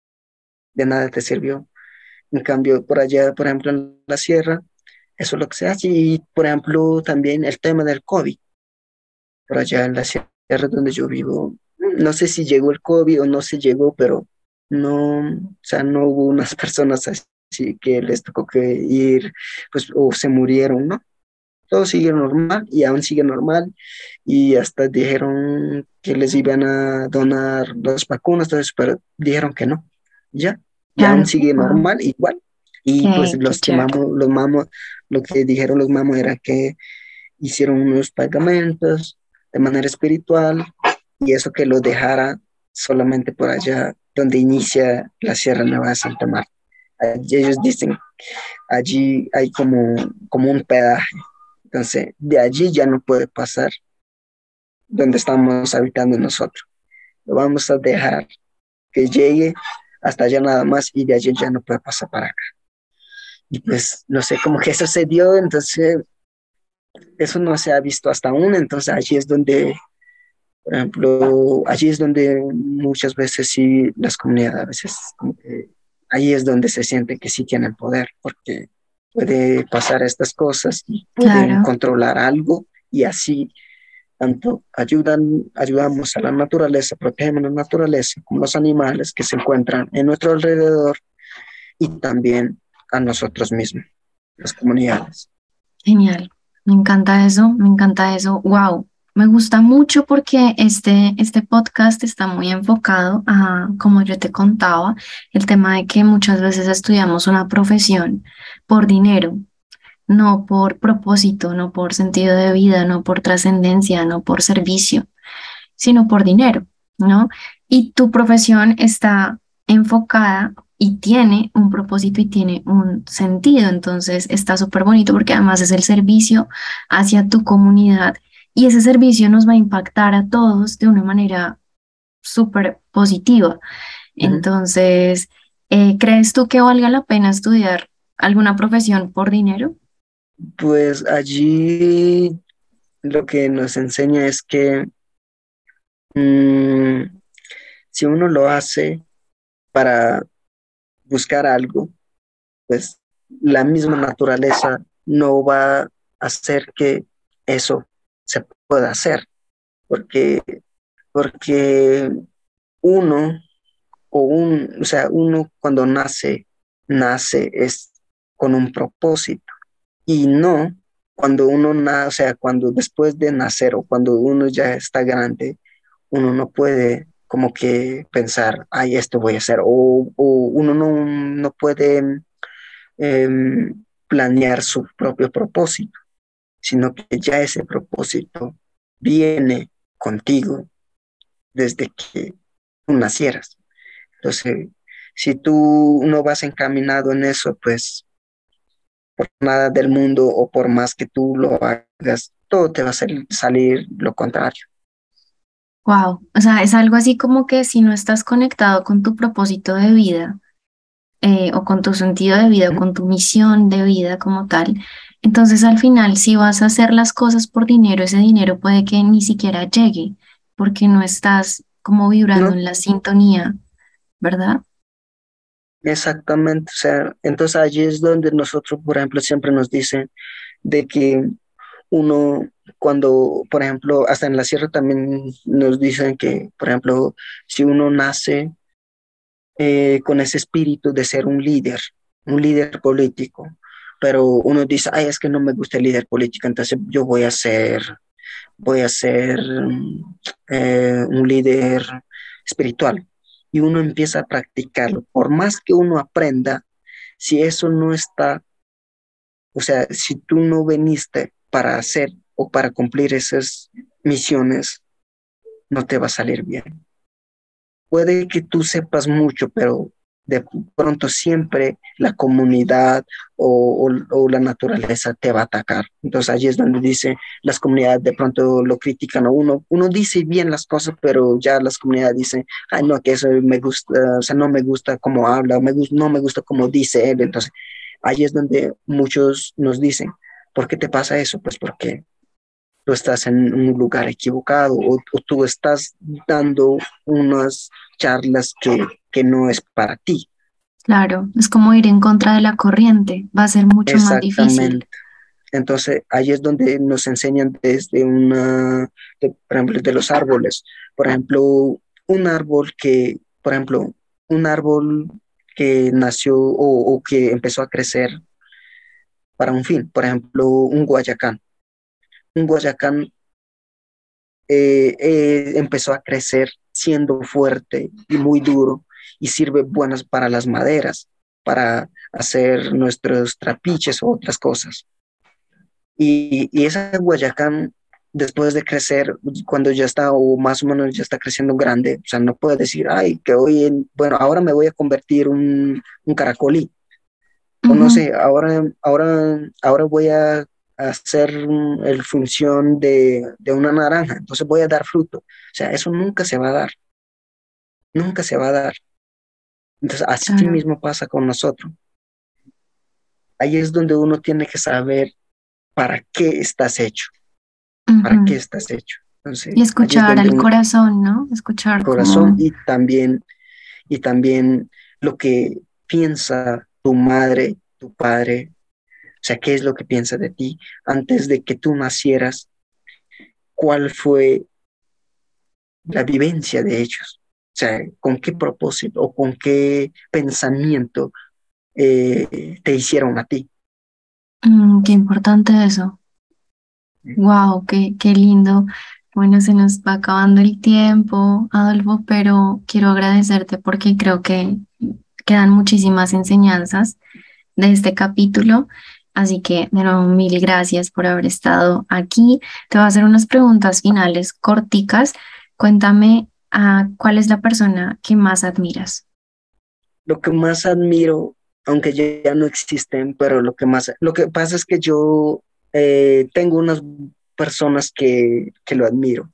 Speaker 3: de nada te sirvió. En cambio, por allá, por ejemplo, en la sierra, eso es lo que se hace. Y, por ejemplo, también el tema del COVID, por allá en la sierra donde yo vivo, no sé si llegó el COVID o no se llegó, pero no, o sea, no hubo unas personas así que les tocó que ir, pues, o se murieron, ¿no? Todo sigue normal y aún sigue normal y hasta dijeron que les iban a donar las vacunas, entonces, pero dijeron que no, ya, y aún
Speaker 2: claro,
Speaker 3: sigue
Speaker 2: wow,
Speaker 3: normal igual. Y pues
Speaker 2: qué, qué
Speaker 3: los que
Speaker 2: chévere.
Speaker 3: mamos, los mamos, lo que dijeron los mamos era que hicieron unos pagamentos de manera espiritual y eso que lo dejara solamente por allá donde inicia la Sierra Nueva de Santa Marta. Allí ellos dicen, allí hay como, como un pedaje. Entonces, de allí ya no puede pasar donde estamos habitando nosotros. Lo vamos a dejar que llegue hasta allá nada más y de allí ya no puede pasar para acá. Y pues, no sé, como que eso se dio, entonces eso no se ha visto hasta aún, entonces allí es donde, por ejemplo, allí es donde muchas veces sí las comunidades, a veces como que ahí es donde se siente que sí tienen poder, porque puede pasar estas cosas y pueden
Speaker 2: Claro.
Speaker 3: controlar algo y así tanto ayudan, ayudamos a la naturaleza, protegemos la naturaleza como los animales que se encuentran en nuestro alrededor y también a nosotros mismos, las comunidades.
Speaker 2: Genial, me encanta eso, me encanta eso. Wow, me gusta mucho porque este, este podcast está muy enfocado a, como yo te contaba, el tema de que muchas veces estudiamos una profesión por dinero, no por propósito, no por sentido de vida, no por trascendencia, no por servicio, sino por dinero, ¿no? Y tu profesión está enfocada y tiene un propósito y tiene un sentido, entonces está súper bonito porque además es el servicio hacia tu comunidad y ese servicio nos va a impactar a todos de una manera súper positiva.
Speaker 3: Ujú.
Speaker 2: Entonces, eh, ¿crees tú que valga la pena estudiar alguna profesión por dinero?
Speaker 3: Pues allí lo que nos enseña es que mm, si uno lo hace para buscar algo, pues la misma naturaleza no va a hacer que eso se pueda hacer, porque, porque uno o un, o sea, uno cuando nace, nace es con un propósito y no cuando uno nace, o sea, cuando después de nacer o cuando uno ya está grande, uno no puede como que pensar, ay, esto voy a hacer, o, o uno no, no puede em, planear su propio propósito, sino que ya ese propósito viene contigo desde que tú nacieras. Entonces, si tú no vas encaminado en eso, pues por nada del mundo o por más que tú lo hagas, todo te va a sal- salir lo contrario.
Speaker 2: Wow, o sea, es algo así como que si no estás conectado con tu propósito de vida, eh, o con tu sentido de vida o
Speaker 3: ¿Mm?
Speaker 2: con tu misión de vida como tal, entonces al final si vas a hacer las cosas por dinero, ese dinero puede que ni siquiera llegue porque no estás como vibrando
Speaker 3: No,
Speaker 2: en la sintonía, ¿verdad?
Speaker 3: exactamente. O sea, entonces allí es donde nosotros, por ejemplo, siempre nos dicen de que uno, cuando, por ejemplo, hasta en la sierra también nos dicen que, por ejemplo, si uno nace eh, con ese espíritu de ser un líder, un líder político, pero uno dice, ay, es que no me gusta el líder político, entonces yo voy a ser, voy a ser mm, eh, un líder espiritual. Y uno empieza a practicarlo. Por más que uno aprenda, si eso no está, o sea, si tú no veniste para hacer o para cumplir esas misiones, no te va a salir bien. Puede que tú sepas mucho, pero de pronto siempre la comunidad o, o- o la naturaleza te va a atacar. Entonces allí es donde dice, las comunidades de pronto lo critican a uno. Uno dice bien las cosas, pero ya las comunidades dicen, ay, no, que eso me gusta, o sea, no me gusta cómo habla, me gus- no me gusta cómo dice él. Entonces allí es donde muchos nos dicen, ¿por qué te pasa eso? Pues porque tú estás en un lugar equivocado o, o tú estás dando unas charlas que, que no es para ti.
Speaker 2: Claro, es como ir en contra de la corriente, va a ser mucho más difícil.
Speaker 3: Exactamente. Entonces, ahí es donde nos enseñan desde una, de- por ejemplo, de los árboles. Por ejemplo, un árbol que, por ejemplo, un árbol que nació o, o que empezó a crecer para un fin. Por ejemplo, un guayacán. Un guayacán eh, eh, empezó a crecer siendo fuerte y muy duro y sirve buenas para las maderas, para hacer nuestros trapiches o otras cosas. Y, y esa Guayacán, después de crecer, cuando ya está o más o menos ya está creciendo grande, o sea, no puede decir, ay, que hoy, en, bueno, ahora me voy a convertir un, un caracolí, o no
Speaker 2: Ujú,
Speaker 3: sé, ahora, ahora, ahora voy a hacer el función de, de una naranja, entonces voy a dar fruto. O sea, eso nunca se va a dar, nunca se va a dar. Entonces, así
Speaker 2: claro.
Speaker 3: mismo pasa con nosotros. Ahí es donde uno tiene que saber para qué estás hecho, para qué
Speaker 2: Ujú.
Speaker 3: estás hecho. Entonces,
Speaker 2: Y
Speaker 3: ahí es
Speaker 2: escuchar
Speaker 3: donde
Speaker 2: al
Speaker 3: uno,
Speaker 2: corazón, ¿no?
Speaker 3: el
Speaker 2: Escuchar
Speaker 3: corazón
Speaker 2: como,
Speaker 3: y también, y también lo que piensa tu madre, tu padre, o sea, qué es lo que piensa de ti antes de que tú nacieras, cuál fue la vivencia de ellos, o sea, con qué propósito o con qué pensamiento eh, te hicieron a ti.
Speaker 2: mm, qué importante eso. Wow, qué, qué lindo. Bueno, se nos va acabando el tiempo, Adolfo, pero quiero agradecerte porque creo que quedan muchísimas enseñanzas de este capítulo. Así que, de nuevo, mil gracias por haber estado aquí. Te voy a hacer unas preguntas finales corticas. Cuéntame, ah, ¿cuál es la persona que más admiras?
Speaker 3: Lo que más admiro, aunque ya, ya no existen, pero lo que más, lo que pasa es que yo eh, tengo unas personas que, que lo admiro.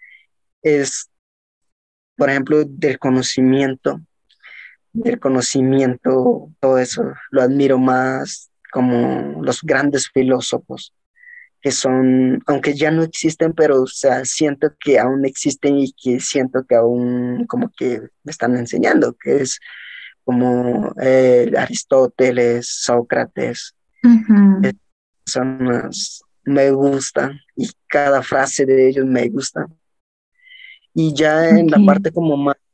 Speaker 3: Es, por ejemplo, del conocimiento, del conocimiento, todo eso, lo admiro más como los grandes filósofos, que son, aunque ya no existen, pero o sea, siento que aún existen y que siento que aún como que me están enseñando, que es como eh, Aristóteles, Sócrates,
Speaker 2: Ujú,
Speaker 3: personas me gustan y cada frase de ellos me gusta. Y ya en
Speaker 2: ok,
Speaker 3: la parte como más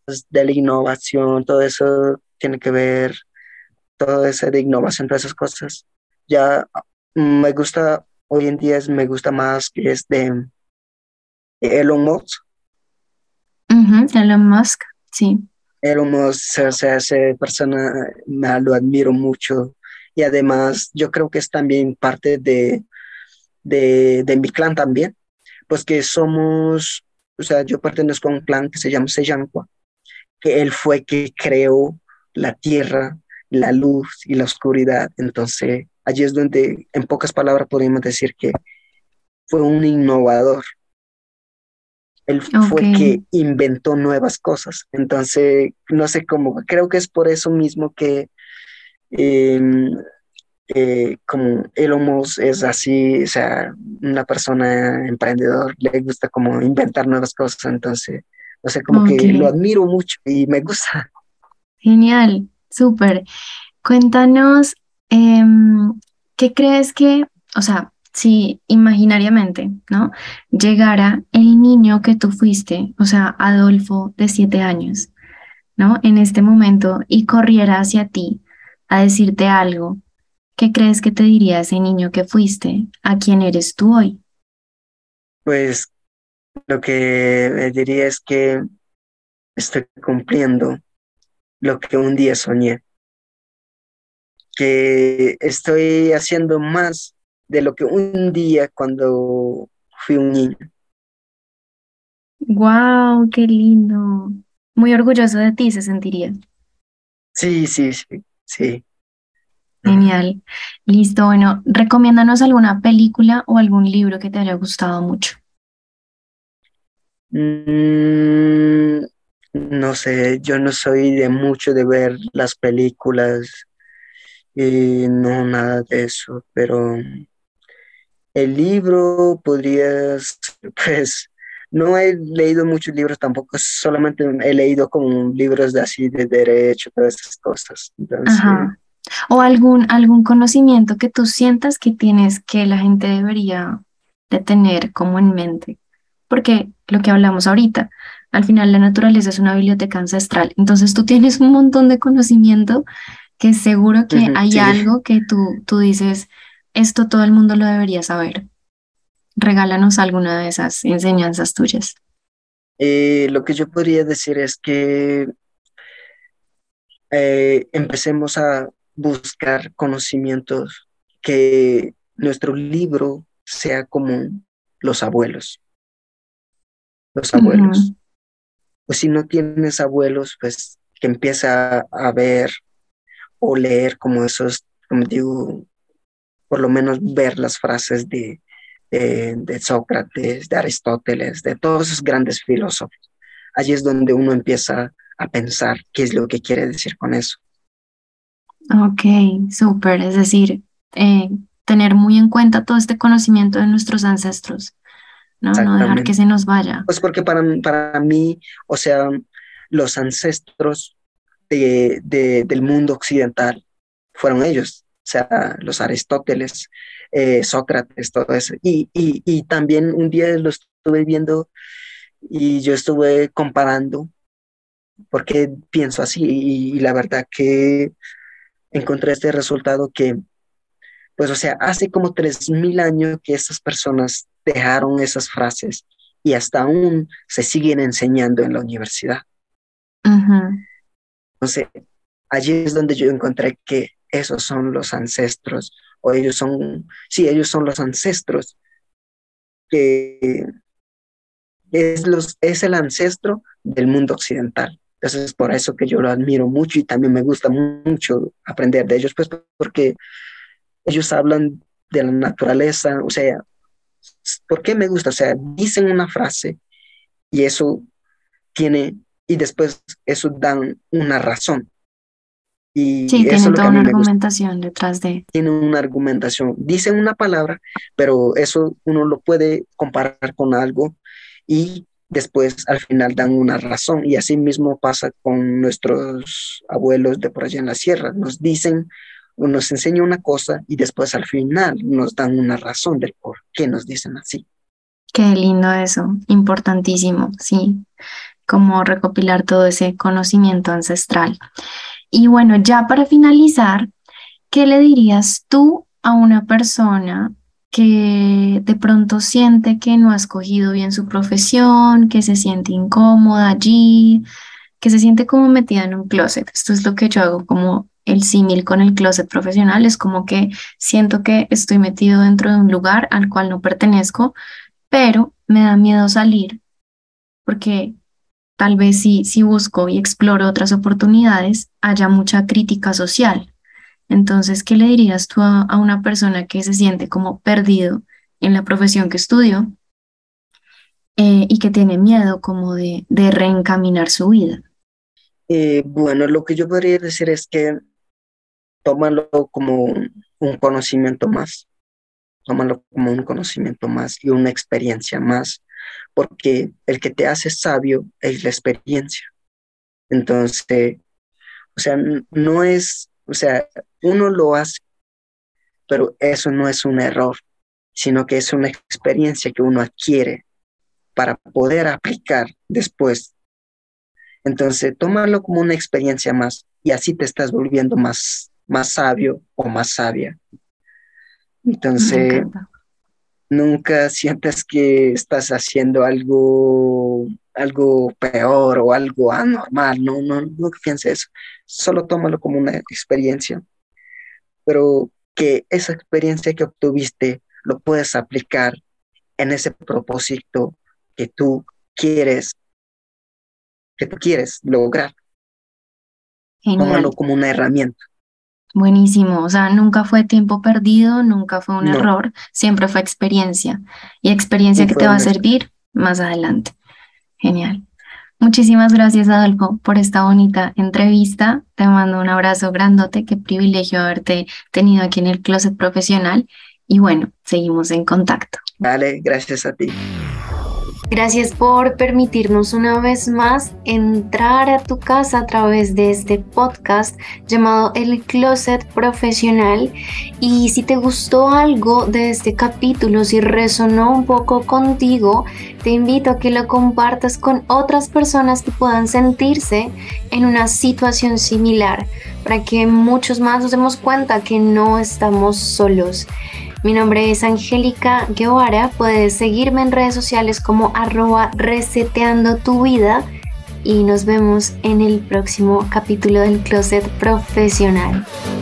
Speaker 3: de la innovación, todo eso tiene que ver, todo eso de innovación, todas esas cosas. Ya mm, me gusta, hoy en día es- me gusta más que es de Elon Musk.
Speaker 2: Ujú, Elon Musk, sí.
Speaker 3: Elon Musk, o sea, esa persona me, lo admiro mucho y además yo creo que es también parte de, de, de mi clan también, pues que somos, o sea, yo pertenezco a un clan que se llama Seyankwa, que él fue que creó la tierra, la luz y la oscuridad. Entonces, allí es donde, en pocas palabras, podemos decir que fue un innovador. Él
Speaker 2: Ok,
Speaker 3: fue que inventó nuevas cosas. Entonces, no sé cómo, creo que es por eso mismo que eh, eh, como Elon Musk es así, o sea, una persona emprendedor, le gusta como inventar nuevas cosas. Entonces, no sé, como
Speaker 2: ok.
Speaker 3: que lo admiro mucho y me gusta.
Speaker 2: Genial, súper. Cuéntanos, em, ¿qué crees que, o sea, si imaginariamente, ¿no? Llegara el niño que tú fuiste, o sea, Adolfo de siete años, ¿no? En este momento y corriera hacia ti a decirte algo, ¿qué crees que te diría ese niño que fuiste, a quién eres tú hoy?
Speaker 3: Pues lo que me diría es que estoy cumpliendo lo que un día soñé, que estoy haciendo más de lo que un día cuando fui un niño.
Speaker 2: ¡Wow! ¡Qué lindo! Muy orgulloso de ti se sentiría.
Speaker 3: Sí, sí, sí, sí. Ajá.
Speaker 2: Genial. Listo. Bueno, recomiéndanos alguna película o algún libro que te haya gustado mucho.
Speaker 3: Mm, no sé, yo no soy de mucho de ver las películas y no nada de eso, pero el libro podrías, pues, no he leído muchos libros tampoco, solamente he leído como libros de así de derecho, todas esas cosas. Entonces,
Speaker 2: Ajá. O algún, algún conocimiento que tú sientas que tienes que la gente debería de tener como en mente. Porque lo que hablamos ahorita, al final la naturaleza es una biblioteca ancestral. Entonces tú tienes un montón de conocimiento que seguro que
Speaker 3: ujú,
Speaker 2: hay
Speaker 3: sí.
Speaker 2: algo que tú, tú dices, esto todo el mundo lo debería saber. Regálanos alguna de esas enseñanzas tuyas.
Speaker 3: Eh, lo que yo podría decir es que eh, empecemos a buscar conocimientos, que nuestro libro sea como los abuelos, los abuelos.
Speaker 2: Ujú.
Speaker 3: Pues si no tienes abuelos, pues que empiece a, a ver o leer como esos, como digo, por lo menos ver las frases de, de, de Sócrates, de Aristóteles, de todos esos grandes filósofos. Allí es donde uno empieza a pensar qué es lo que quiere decir con eso.
Speaker 2: Ok, súper. Es decir, eh, tener muy en cuenta todo este conocimiento de nuestros ancestros, ¿no? No dejar que
Speaker 3: Exactamente.
Speaker 2: se nos vaya.
Speaker 3: Pues porque para, para mí, o sea, los ancestros de, de, del mundo occidental fueron ellos, o sea, los Aristóteles, eh, Sócrates, todo eso. Y, y, y también un día lo estuve viendo y yo estuve comparando porque pienso así y, y la verdad que encontré este resultado que, pues, o sea, hace como tres mil años que esas personas dejaron esas frases y hasta aún se siguen enseñando en la universidad.
Speaker 2: Ujú.
Speaker 3: Entonces, allí es donde yo encontré que esos son los ancestros, o ellos son, sí, ellos son los ancestros, que es, los, es el ancestro del mundo occidental. Entonces, es por eso que yo lo admiro mucho y también me gusta mucho aprender de ellos, pues porque ellos hablan de la naturaleza, o sea, ¿por qué me gusta? O sea, dicen una frase y eso tiene, y después eso dan una razón.
Speaker 2: Sí,
Speaker 3: Y eso es
Speaker 2: tienen
Speaker 3: lo que
Speaker 2: toda
Speaker 3: a
Speaker 2: una
Speaker 3: mí me gusta.
Speaker 2: argumentación detrás de.
Speaker 3: Tienen una argumentación. Dicen una palabra, pero eso uno lo puede comparar con algo y después al final dan una razón. Y así mismo pasa con nuestros abuelos de por allá en la sierra. Nos dicen, nos enseñan una cosa y después al final nos dan una razón del por qué nos dicen así.
Speaker 2: Qué lindo eso, importantísimo, sí. como recopilar todo ese conocimiento ancestral. Y bueno, ya para finalizar, ¿qué le dirías tú a una persona que de pronto siente que no ha escogido bien su profesión, que se siente incómoda allí, que se siente como metida en un closet? Esto es lo que yo hago, como el símil con el closet profesional, es como que siento que estoy metido dentro de un lugar al cual no pertenezco, pero me da miedo salir porque tal vez si, si busco y exploro otras oportunidades, haya mucha crítica social. Entonces, ¿qué le dirías tú a, a una persona que se siente como perdido en la profesión que estudió eh, y que tiene miedo como de, de reencaminar su vida?
Speaker 3: Eh, bueno, lo que yo podría decir es que tómalo como un, un conocimiento más, tómalo como un conocimiento más y una experiencia más, porque el que te hace sabio es la experiencia. Entonces, o sea, n- no es, o sea, uno lo hace, pero eso no es un error, sino que es una experiencia que uno adquiere para poder aplicar después. Entonces, tómalo como una experiencia más y así te estás volviendo más, más sabio o más sabia.
Speaker 2: Me
Speaker 3: Entonces,
Speaker 2: encanta.
Speaker 3: nunca sientas que estás haciendo algo, algo peor o algo anormal. No, no, no pienses eso. Solo tómalo como una experiencia, pero que esa experiencia que obtuviste lo puedes aplicar en ese propósito que tú quieres, que tú quieres lograr.
Speaker 2: Genial.
Speaker 3: Tómalo como una herramienta.
Speaker 2: Buenísimo. O sea, nunca fue tiempo perdido, nunca fue un
Speaker 3: No,
Speaker 2: error, siempre fue experiencia y experiencia
Speaker 3: y
Speaker 2: que
Speaker 3: fue
Speaker 2: te va a
Speaker 3: una experiencia.
Speaker 2: servir más adelante. Genial. Muchísimas gracias, Adolfo, por esta bonita entrevista. Te mando un abrazo grandote. Qué privilegio haberte tenido aquí en el Closet Profesional. Y bueno, seguimos en contacto.
Speaker 3: Vale, gracias a ti.
Speaker 2: Gracias por permitirnos una vez más entrar a tu casa a través de este podcast llamado El Closet Profesional. Y si te gustó algo de este capítulo, si resonó un poco contigo, te invito a que lo compartas con otras personas que puedan sentirse en una situación similar, para que muchos más nos demos cuenta que no estamos solos. Mi nombre es Angélica Guevara, puedes seguirme en redes sociales como arroba reseteando tu vida y nos vemos en el próximo capítulo del Closet Profesional.